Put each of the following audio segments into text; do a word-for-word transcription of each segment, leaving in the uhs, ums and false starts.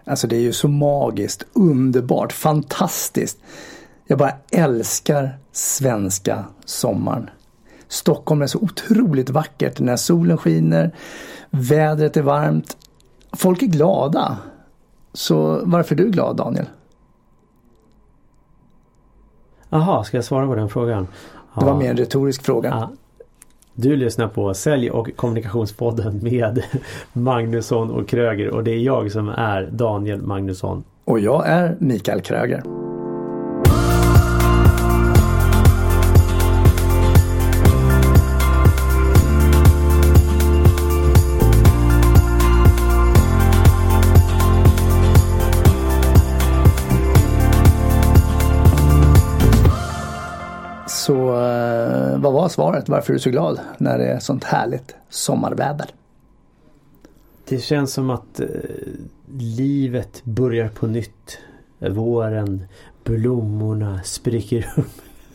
Alltså det är ju så magiskt, underbart, fantastiskt. Jag bara älskar svenska sommaren. Stockholm är så otroligt vackert när solen skiner, vädret är varmt, folk är glada. Så varför är du glad, Daniel? Jaha, ska jag svara på den frågan? Ja. Det var mer en retorisk fråga. Ja. Du lyssnar på Sälj- och kommunikationspodden med Magnusson och Kröger, och det är jag som är Daniel Magnusson. Och jag är Mikael Kröger. Så vad var svaret? Varför är du så glad när det är sånt härligt sommarväder? Det känns som att eh, livet börjar på nytt. Våren, blommorna spricker upp.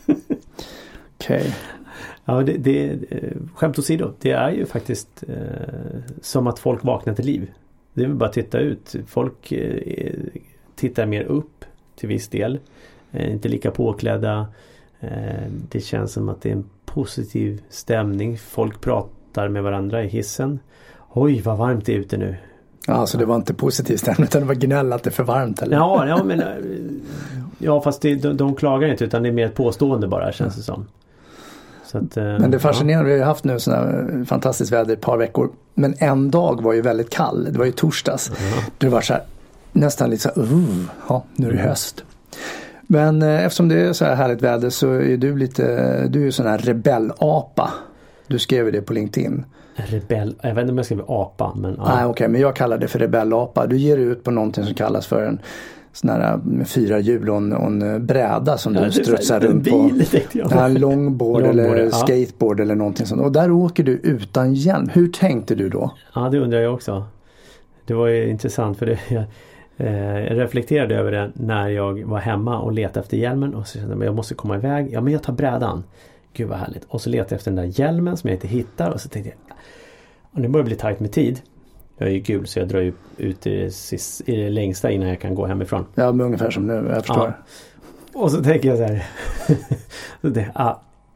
Okej. Okay. Ja, det, det, skämt åsido, det är ju faktiskt eh, som att folk vaknar till liv. Det är väl bara att titta ut. Folk eh, tittar mer upp till viss del. Eh, inte lika påklädda. Eh, det känns som att det är en positiv stämning. Folk pratar med varandra i hissen. Oj, vad varmt det är ute nu. Ja, alltså det var inte positiv stämning utan det var gnäll att det är för varmt, eller? Ja, ja men ja, fast det, de, de klagar inte utan det är mer ett påstående bara, känns det som. Så att, men det är fascinerande, ja. Vi har haft nu sådana fantastiskt väder ett par veckor. Men en dag var ju väldigt kall. Det var ju torsdags. Mm. Det var så här, nästan lite så här, uh, ja, nu är det höst. Men eh, eftersom det är så här härligt väder så är du lite, du är ju sån här rebellapa. Du skrev det på LinkedIn. Rebell, jag vet inte om jag skrev apa, men ja. Nej, okej, okay, men jag kallar det för rebellapa. Du ger ut på någonting som kallas för en sån här med fyra hjul och en, och en bräda som ja, du strutsar runt bil, på. En longboard eller ja. skateboard eller någonting sånt. Och där åker du utan hjälm. Hur tänkte du då? Ja, det undrar jag också. Det var ju intressant för det. Jag, eh, jag reflekterade över det när jag var hemma och letade efter hjälmen. Och så kände jag att jag måste komma iväg. Ja, men jag tar brädan. Gud vad härligt. Och så letade jag efter den där hjälmen som jag inte hittar. Och så tänkte jag, och det börjar bli tajt med tid. Jag är ju gul så jag drar ju ut i det, i det längsta innan jag kan gå hemifrån. Ja, men ungefär som nu, jag förstår. Ja. Och så tänker jag så här. det, ah,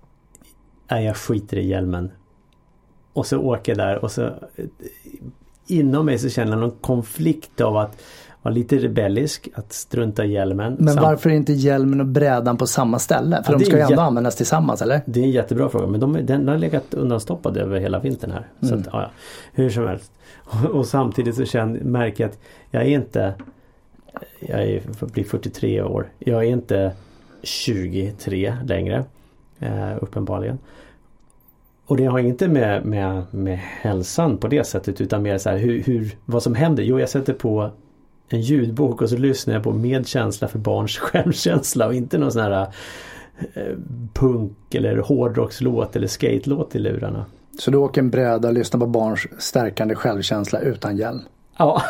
jag skiter i hjälmen. Och så åker jag där och så inom mig så känner jag någon konflikt av att vara lite rebellisk, att strunta i hjälmen. Men Samt... varför är inte hjälmen och brädan på samma ställe? För ja, de ska ju ändå jät... användas tillsammans, eller? Det är en jättebra fråga, men de, den har legat undanstoppad över hela vintern här. Mm. Så att, ja, hur som helst. Och, och samtidigt så känner, märker jag att jag är inte, jag är, blir fyrtiotre år. Jag är inte tjugotre längre, eh, uppenbarligen. Och det har inte med, med, med hälsan på det sättet, utan mer så här, hur, hur, vad som händer. Jo, jag sätter på en ljudbok och så lyssnar jag på medkänsla för barns självkänsla och inte någon sån här eh, punk eller hårdrockslåt eller skatelåt i lurarna. Så du åker en bräda och lyssnar på barns stärkande självkänsla utan hjälm? Ja.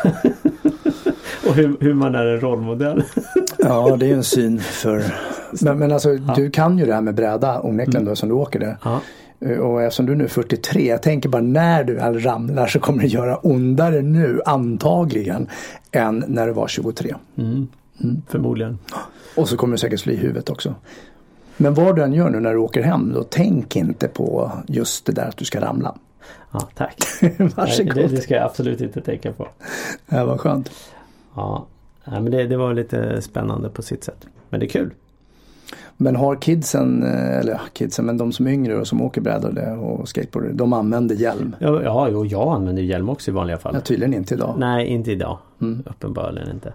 Och hur, hur man är en rollmodell. Ja, det är ju en syn för... Men, men alltså, ja. Du kan ju det här med bräda onekligen då som du åker det. Ja. Och eftersom du nu är fyrtiotre, jag tänker bara när du väl ramlar så kommer det göra ondare nu antagligen än när du var tjugotre. Mm. Mm. Förmodligen. Och så kommer du säkert slå i huvudet också. Men vad du än gör nu när du åker hem, då tänk inte på just det där att du ska ramla. Ja, tack. Varsågod. Det, det ska jag absolut inte tänka på. Ja, vad skönt. Ja, men det, det var lite spännande på sitt sätt. Men det är kul. Men har kidsen, eller kidsen, men de som är yngre och som åker brädor och skateboard, de använder hjälm? Ja, ja jo, jag använder hjälm också i vanliga fall. Ja, tydligen inte idag. Nej, inte idag. Mm. Uppenbarligen inte.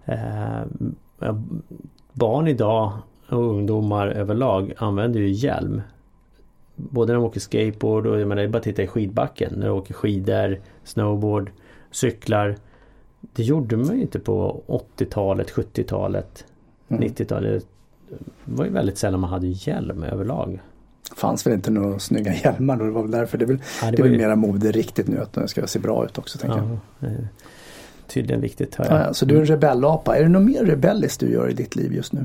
Eh, barn idag och ungdomar överlag använder ju hjälm. Både när de åker skateboard och jag menar, det är bara att titta i skidbacken. När de åker skidor, snowboard, cyklar. Det gjorde man ju inte på åttiotalet, sjuttiotalet, mm. nittiotalet. Det var ju väldigt sällan man hade hjälm överlag. Det fanns väl inte några snygga hjälmar då, det var väl därför det är väl, ja, det det är väl ju... mera mode riktigt nu att det ska se bra ut också, tänker ja, jag. Tydligen viktigt. Hör jag. Ja, så du är en rebellapa. Är det något mer rebelliskt du gör i ditt liv just nu?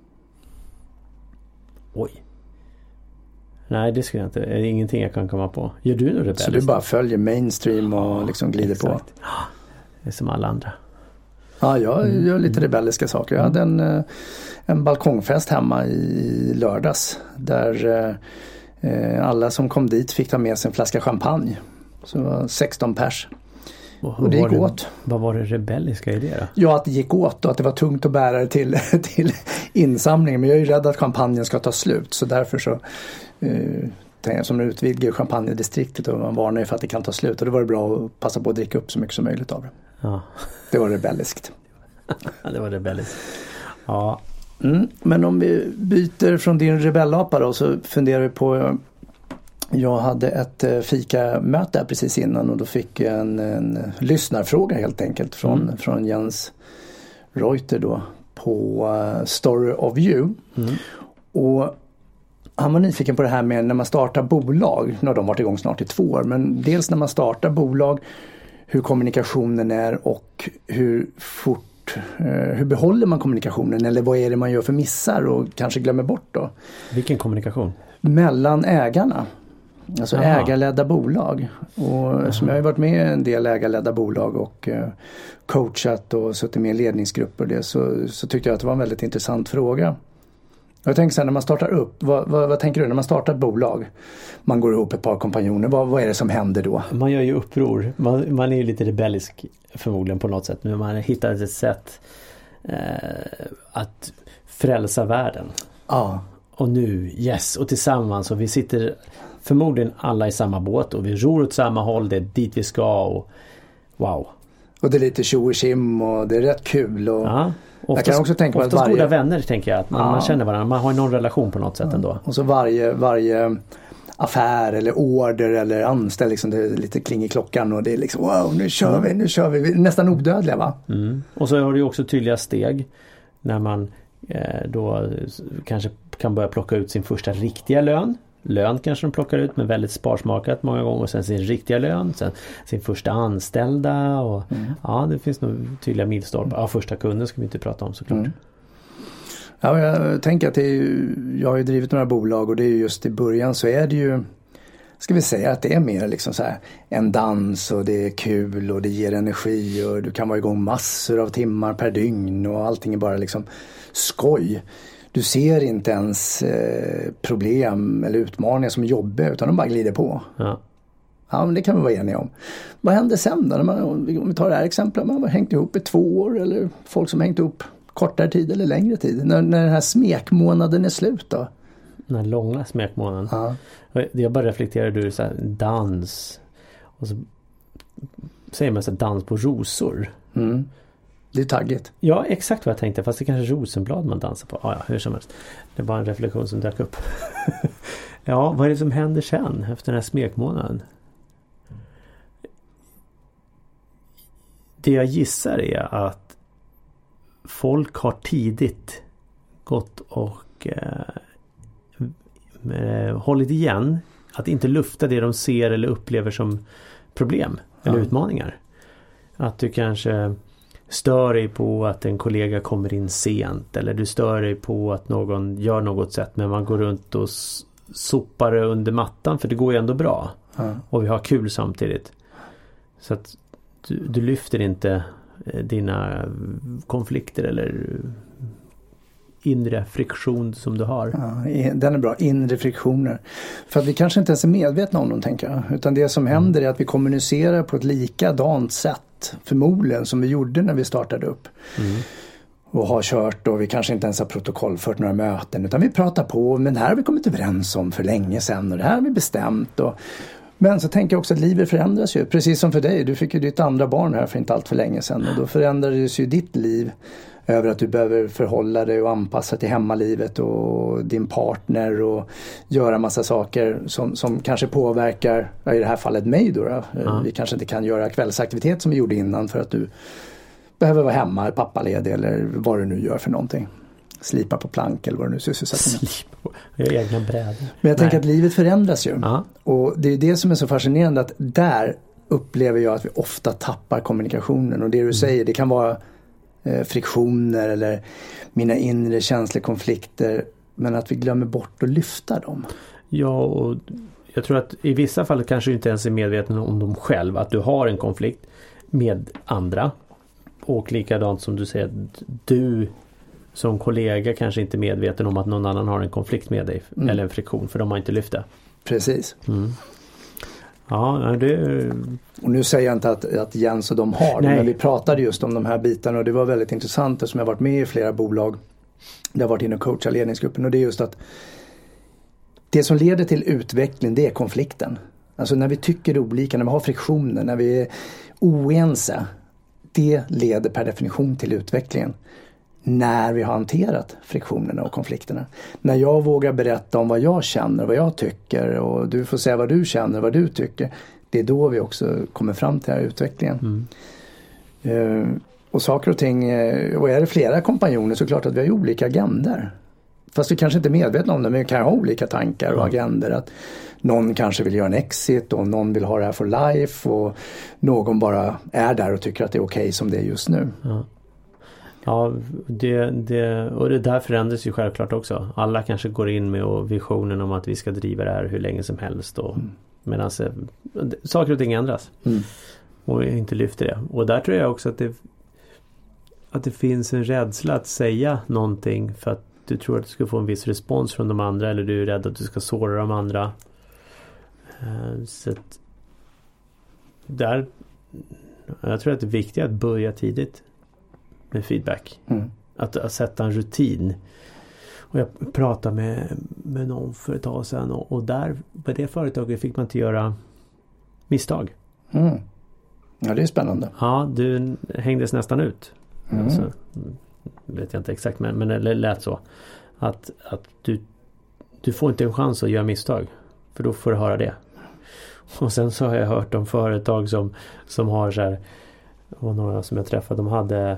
Oj. Nej, det skulle jag inte. Det är ingenting jag kan komma på. Gör du något rebelliskt? Så du bara följer mainstream och liksom glider exakt. på? Det är som alla andra. Ja, jag mm. gör lite rebelliska saker. Jag hade en, en balkongfest hemma i lördags där eh, alla som kom dit fick ta med sig en flaska champagne. Så det var sexton pers. Och, och det gick det, åt. Vad var det rebelliska i det då? Ja, att det gick åt och att det var tungt att bära det till, till insamlingen. Men jag är ju rädd att champagnen ska ta slut. Så därför så eh, som utvidgar champagnedistriktet och man varnar ju för att det kan ta slut. Och då var det bra att passa på att dricka upp så mycket som möjligt av det. Ja. Det var rebelliskt. Ja, det var rebelliskt. Ja. Mm, men om vi byter från din rebellapa då så funderar vi på. Jag hade ett fika-möte precis innan och då fick jag en, en lyssnarfråga helt enkelt från, mm. från Jens Reuter då på uh, Story of You. Mm. Och han var nyfiken på det här med när man startar bolag. Nu har de varit igång snart i två år, men dels när man startar bolag, hur kommunikationen är och hur fort, uh, hur behåller man kommunikationen eller vad är det man gör för missar och kanske glömmer bort då? Vilken kommunikation? Mellan ägarna. Alltså Aha. ägarledda bolag. Och som jag har varit med i en del ägarledda bolag och eh, coachat och suttit med i ledningsgrupper det, så, så tyckte jag att det var en väldigt intressant fråga. Och jag tänker så här, när man startar upp, vad, vad, vad tänker du när man startar ett bolag? Man går ihop ett par kompanjoner, vad, vad är det som händer då? Man gör ju uppror. Man, man är ju lite rebellisk förmodligen på något sätt. Men man hittar ett sätt eh, att frälsa världen. Ja. Och nu, yes, och tillsammans och vi sitter förmodligen alla i samma båt och vi ror åt samma håll, det är dit vi ska och wow. Och det är lite tjo och tjim och det är rätt kul. Och ja, oftast, jag kan också tänka på att varje... goda vänner tänker jag, att man, ja. man känner varandra, man har någon relation på något sätt ja. ändå. Och så varje, varje affär eller order eller anställd, liksom, det är lite kling i klockan och det är liksom wow, nu kör mm. vi, nu kör vi, vi är nästan odödliga va? Mm. Och så har du ju också tydliga steg när man eh, då kanske kan börja plocka ut sin första riktiga lön. Lön kanske de plockar ut men väldigt sparsmakat många gånger och sen sin riktiga lön, sen sin första anställda och mm. ja, det finns nog tydliga milstolpar. Ja, första kunden ska vi inte prata om såklart. Mm. Ja, jag tänker att det är ju, jag har ju drivit några bolag och det är ju just i början så är det ju, ska vi säga att det är mer liksom så här en dans och det är kul och det ger energi och du kan vara igång massor av timmar per dygn och allting är bara liksom skoj. Du ser inte ens eh, problem eller utmaningar som är jobbiga utan de bara glider på. Ja. Ja, men det kan vi vara eniga om. Vad händer sen då? När man, om vi tar det här exemplet, man har hängt ihop i två år eller folk som hängt ihop kortare tid eller längre tid. När, när den här smekmånaden är slut då? Den här långa smekmånaden. Ja. Jag bara reflekterar, du så här, dans och så säger man så här, dans på rosor. Mm. Det är taggigt. Ja, exakt vad jag tänkte. Fast det är kanske rosenblad man dansar på. Ja, ja, hur som helst. Det var en reflektion som dök upp. Ja, vad är det som händer sen efter den här smekmånaden? Det jag gissar är att folk har tidigt gått och eh, eh, hållit igen. Att inte lufta det de ser eller upplever som problem eller ja. utmaningar. Att du kanske stör dig på att en kollega kommer in sent eller du stör dig på att någon gör något sätt men man går runt och sopar under mattan för det går ju ändå bra mm. och vi har kul samtidigt så att du, du lyfter inte dina konflikter eller inre friktion som du har. Ja, den är bra, inre friktioner. För att vi kanske inte ens är medvetna om dem tänker jag. Utan det som händer mm. är att vi kommunicerar på ett likadant sätt förmodligen som vi gjorde när vi startade upp. Mm. Och har kört och vi kanske inte ens har protokollfört några möten utan vi pratar på, men det här har vi kommit överens om för länge sedan och det här har vi bestämt. Och, men så tänker jag också att livet förändras ju, precis som för dig. Du fick ju ditt andra barn här för inte allt för länge sedan och då förändrades ju ditt liv över att du behöver förhålla dig och anpassa till hemmalivet och din partner och göra massa saker som, som kanske påverkar, i det här fallet mig då. då. Ja. Vi kanske inte kan göra kvällsaktivitet som vi gjorde innan för att du behöver vara hemma, pappaledig eller vad du nu gör för någonting. Slipa på plank eller vad du nu sysselsätter med. Slipa på, jag har egna brädor. Men jag tänker att livet förändras ju. Ja. Och det är det som är så fascinerande att där upplever jag att vi ofta tappar kommunikationen och det du mm. säger, det kan vara friktioner eller mina inre känslokonflikter men att vi glömmer bort att lyfta dem. Ja, och jag tror att i vissa fall kanske du inte ens är medveten om dem själv att du har en konflikt med andra och likadant som du säger, du som kollega kanske inte är medveten om att någon annan har en konflikt med dig mm. eller en friktion, för de har inte lyft det. Precis. Mm. Ja, det... Och nu säger jag inte att, att Jens och de har det, men vi pratade just om de här bitarna och det var väldigt intressant som jag varit med i flera bolag. Det har varit inne och coachat ledningsgruppen och det är just att det som leder till utveckling, det är konflikten. Alltså när vi tycker olika, när vi har friktioner, när vi är oense, det leder per definition till utvecklingen. När vi har hanterat friktionerna och konflikterna. När jag vågar berätta om vad jag känner, vad jag tycker och du får säga vad du känner, vad du tycker. Det är då vi också kommer fram till den här utvecklingen. Mm. Uh, och saker och ting, och är det flera kompanjoner så är det klart att vi har olika agender. Fast vi kanske inte är medvetna om det, men vi kan ha olika tankar och agender. Att någon kanske vill göra en exit och någon vill ha det här for life och någon bara är där och tycker att det är okej som det är just nu. Ja. Ja, det, det, och det där förändras ju självklart också. Alla kanske går in med och visionen om att vi ska driva det här hur länge som helst. Och, mm. Medan saker och ting ändras. Mm. Och inte lyfter det. Och där tror jag också att det, att det finns en rädsla att säga någonting för att du tror att du ska få en viss respons från de andra eller du är rädd att du ska såra de andra. Så att där, jag tror att det är viktigt att börja tidigt med feedback. Mm. Att, att sätta en rutin. Och jag pratade med, med någon för ett tag sedan och, och där på det företaget fick man inte göra misstag. Mm. Ja, det är spännande. Ja, du hängdes nästan ut. Mm. Alltså, vet jag inte exakt, men, men det lät så. Att, att du, du får inte en chans att göra misstag. För då får du höra det. Och sen så har jag hört om företag som, som har så här, och några som jag träffade, de hade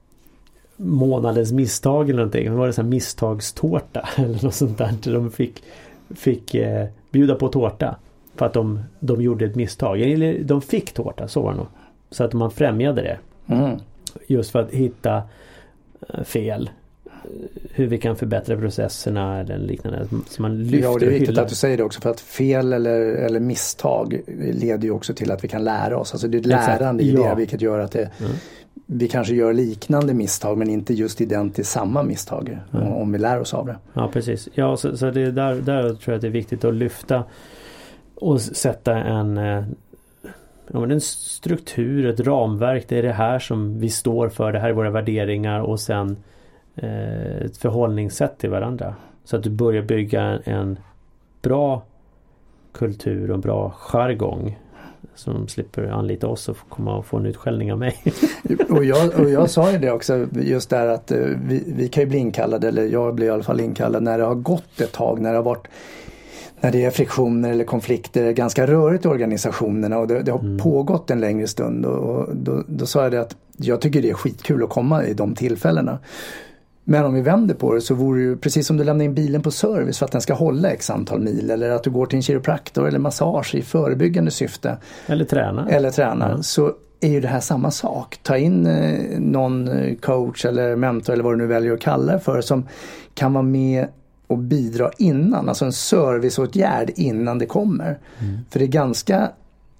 månadens misstag eller någonting. Det var det så här misstagstårta eller något sånt där. De fick, fick eh, bjuda på tårta för att de, de gjorde ett misstag. Eller de fick tårta, så var det nog. Så att man främjade det. Mm. Just för att hitta eh, fel. Hur vi kan förbättra processerna eller liknande. Så man lyfter. Ja, och det är viktigt att du säger det också, för att fel eller, eller misstag leder ju också till att vi kan lära oss. Alltså det är ett lärande i det, vilket gör att det, mm. vi kanske gör liknande misstag men inte just identiskt samma misstag mm. om vi lär oss av det. Ja, precis. Ja, så, så det är där, där tror jag att det är viktigt att lyfta och sätta en, ja, men en struktur, ett ramverk. Det är det här som vi står för, det här är våra värderingar och sen ett förhållningssätt till varandra. Så att du börjar bygga en, en bra kultur och en bra jargong som slipper anlita oss och komma och få en utskällning av mig. och, jag, och jag sa ju det också, just där att vi, vi kan ju bli inkallade, eller jag blir i alla fall inkallad när det har gått ett tag, när det har varit när det är friktioner eller konflikter ganska rörigt i organisationerna och det, det har mm. pågått en längre stund och, och då, då sa jag det att jag tycker det är skitkul att komma i de tillfällena. Men om vi vänder på det så vore det ju precis som du lämnar in bilen på service för att den ska hålla x antal mil, eller att du går till en kiropraktor eller massage i förebyggande syfte. Eller träna. Eller träna. Mm. Så är ju det här samma sak. Ta in eh, någon coach eller mentor eller vad du nu väljer att kalla det för, som kan vara med och bidra innan. Alltså en serviceåtgärd innan det kommer. Mm. För det är ganska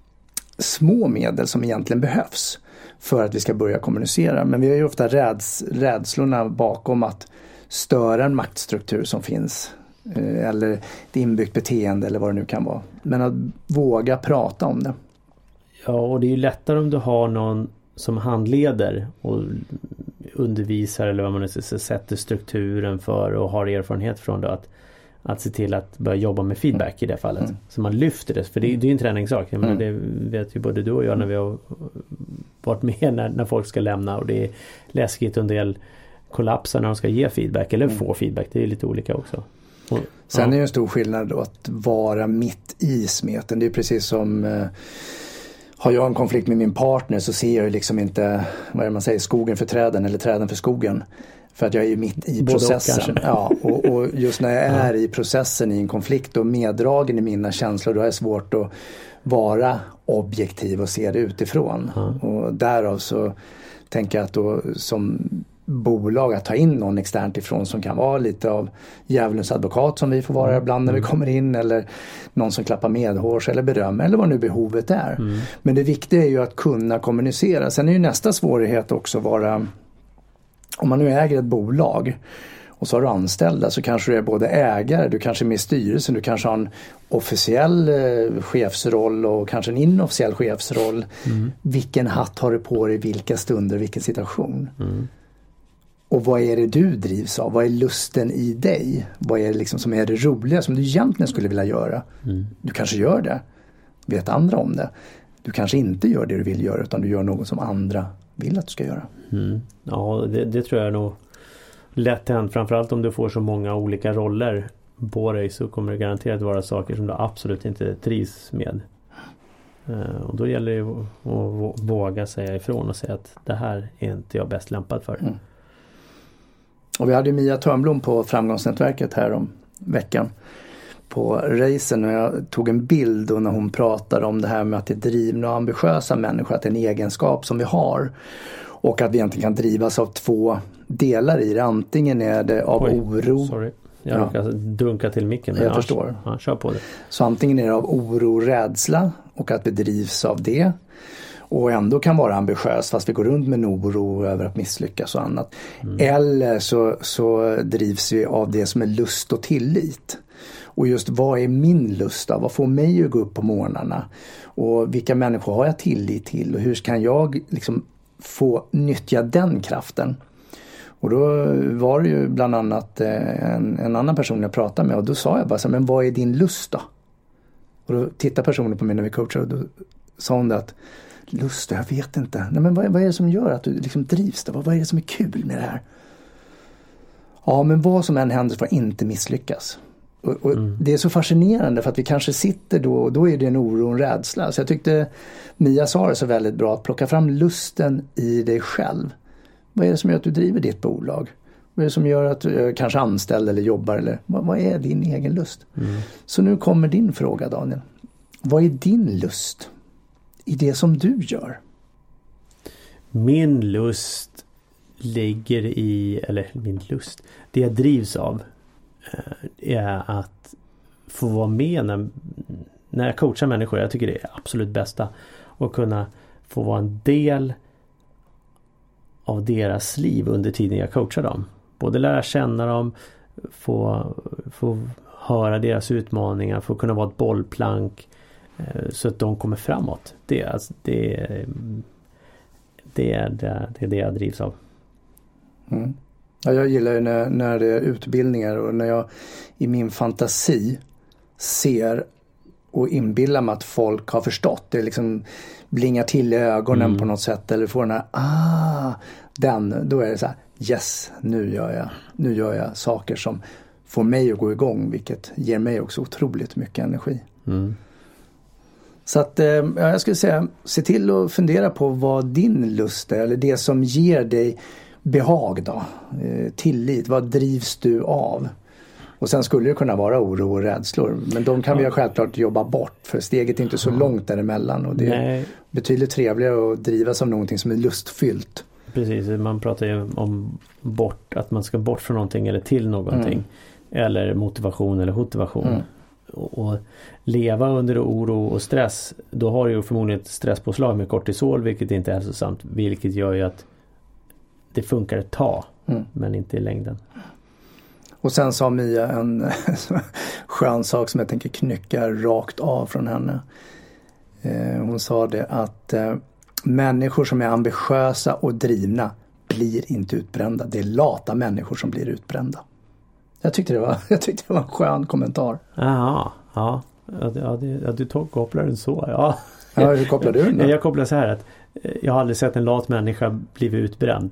små medel som egentligen behövs för att vi ska börja kommunicera. Men vi har ju ofta räds, rädslorna bakom att störa en maktstruktur som finns. Eh, eller ett inbyggt beteende eller vad det nu kan vara. Men att våga prata om det. Ja, och det är ju lättare om du har någon som handleder och undervisar eller vad man nu säger, sätter strukturen för och har erfarenhet från det, att, att se till att börja jobba med feedback mm. i det fallet. Mm. Så man lyfter det, för det, det är ju en träningssak. Jag menar, mm. det vet ju både du och jag när vi har varit med när, när folk ska lämna, och det är läskigt och en del kollapsar när de ska ge feedback eller mm. få feedback. Det är lite olika också. Och, Sen ja. är det en stor skillnad då att vara mitt i smeten. Det är precis som eh, har jag en konflikt med min partner så ser jag liksom inte, vad är det man säger, skogen för träden eller träden för skogen. För att jag är ju mitt i Både processen. Och ja, och, och just när jag är ja. i processen i en konflikt och meddragen i mina känslor, då är det svårt att vara objektiv och se det utifrån. Ja. Och därav så tänker jag att då som bolag att ta in någon externt ifrån som kan vara lite av djävulens advokat som vi får vara ibland när vi kommer in, eller någon som klappar medhårs eller beröm eller vad nu behovet är. Mm. Men det viktiga är ju att kunna kommunicera. Sen är ju nästa svårighet också vara, om man nu äger ett bolag och så har du anställda, så kanske du är både ägare, du kanske är med i styrelsen, du kanske har en officiell eh, chefsroll och kanske en inofficiell chefsroll. Mm. Vilken hatt har du på dig, vilka stunder, vilken situation? Mm. Och vad är det du drivs av? Vad är lusten i dig? Vad är det liksom som är det roliga som du egentligen skulle vilja göra? Mm. Du kanske gör det. Vet andra om det. Du kanske inte gör det du vill göra, utan du gör något som andra vill att du ska göra. Mm. Ja, det, det tror jag nog lätt hänt. Framförallt om du får så många olika roller på dig, så kommer det garanterat vara saker som du absolut inte trivs med. Uh, och då gäller det att, att våga säga ifrån och säga att det här är inte jag bäst lämpad för. Mm. Och vi hade Mia Törnblom på Framgångsnätverket här om veckan på racen, och jag tog en bild och när hon pratade om det här med att det är drivna och ambitiösa människor, att det är en egenskap som vi har och att vi egentligen kan drivas av två delar i det. Antingen är det av Oj, oro. Sorry. Jag råkar ja. dunka till micken. Jag förstår. Ja, kör på det. Så antingen är det av oro och rädsla och att vi drivs av det. Och ändå kan vara ambitiös fast vi går runt med en oro över att misslyckas och annat. Mm. Eller så, så drivs vi av det som är lust och tillit. Och just vad är min lust då? Vad får mig att gå upp på morgnarna? Och vilka människor har jag tillit till? Och hur kan jag liksom få nyttja den kraften? Och då var det ju bland annat en, en annan person jag pratade med, och då sa jag bara så, men vad är din lust då? Och då tittade personen på mig när vi coachade, och då sa hon det att lust, jag vet inte. Nej, men vad, vad är det som gör att du liksom drivs då? Vad, vad är det som är kul med det här? Ja, men vad som än händer får inte misslyckas. Och, och mm. det är så fascinerande, för att vi kanske sitter då, och då är det en oro och en rädsla. Så jag tyckte Mia sa det så väldigt bra, att plocka fram lusten i dig själv. Vad är det som gör att du driver ditt bolag? Vad är det som gör att du kanske anställd eller jobbar? Eller, vad, vad är din egen lust? Mm. Så nu kommer din fråga, Daniel. Vad är din lust i det som du gör? Min lust ligger i, eller min lust, det jag drivs av är att få vara med när, när jag coachar människor. Jag tycker det är absolut bästa att kunna få vara en del av deras liv under tiden jag coachar dem. Både lära känna dem, få, få höra deras utmaningar, få kunna vara ett bollplank så att de kommer framåt. Det, alltså, det, det, är, det, det är det jag drivs av. Mm. Ja, jag gillar ju när, när det är utbildningar och när jag i min fantasi ser och inbillar mig att folk har förstått. Det liksom blingar till i ögonen mm. på något sätt, eller får den här, ah, den, då är det så här, yes, nu gör jag, nu gör jag saker som får mig att gå igång, vilket ger mig också otroligt mycket energi. Mm. Så att, ja, jag skulle säga, se till att fundera på vad din lust är, eller det som ger dig behag då, eh, tillit, vad drivs du av? Och sen skulle det kunna vara oro och rädslor, men de kan vi ju självklart jobba bort, för steget är inte så långt däremellan, och det Nej. är betydligt trevligare att drivas av någonting som är lustfyllt. Precis, man pratar ju om bort, att man ska bort från någonting eller till någonting, mm. eller motivation eller motivation. Mm. Och, och leva under oro och stress, då har du ju förmodligen ett stresspåslag med kortisol, vilket inte är hälsosamt, vilket gör ju att det funkar ett tag, mm. men inte i längden. Och sen sa Mia en skön sak som jag tänker knycka rakt av från henne. Eh, hon sa det att eh, människor som är ambitiösa och drivna blir inte utbrända. Det är lata människor som blir utbrända. Jag tyckte det var, jag tyckte det var en skön kommentar. Aha, ja, ja, det, ja, det, ja du tog, kopplar den så. Ja. Ja, hur kopplar du den då? Jag kopplar så här att jag har aldrig sett en lat människa bli utbränd.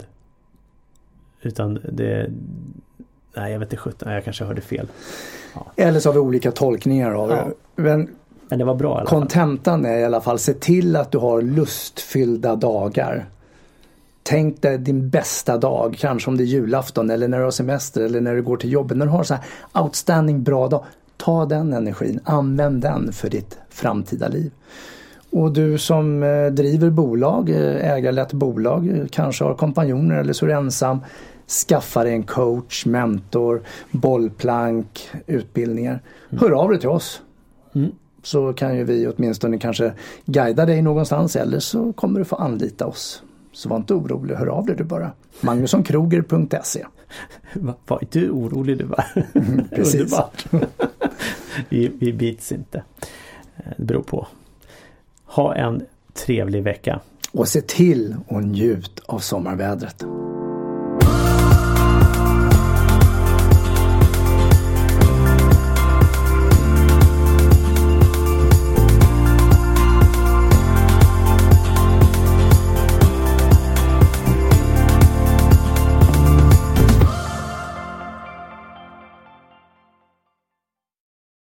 Utan det... Nej, jag vet inte sjutton. Jag kanske hörde fel. Ja. Eller så har vi olika tolkningar av det. Ja. Men, Men det var bra i alla fall. Kontentan är i alla fall, se till att du har lustfyllda dagar. Tänk dig din bästa dag. Kanske om det är julafton, eller när du har semester, eller när du går till jobbet. När du har så här outstanding bra dag. Ta den energin. Använd den för ditt framtida liv. Och du som eh, driver bolag, eh, ägarlett bolag, eh, kanske har kompanjoner eller så är du ensam. Skaffa dig en coach, mentor, bollplank, utbildningar. Mm. Hör av dig till oss. Mm. Så kan ju vi åtminstone kanske guida dig någonstans eller så kommer du få anlita oss. Så var inte orolig, hör av dig du bara. magnussonsonKroger punkt se. Var inte du orolig du bara? Mm, precis. vi, vi bits inte. Det beror på. Ha en trevlig vecka. Och se till och njut av sommarvädret.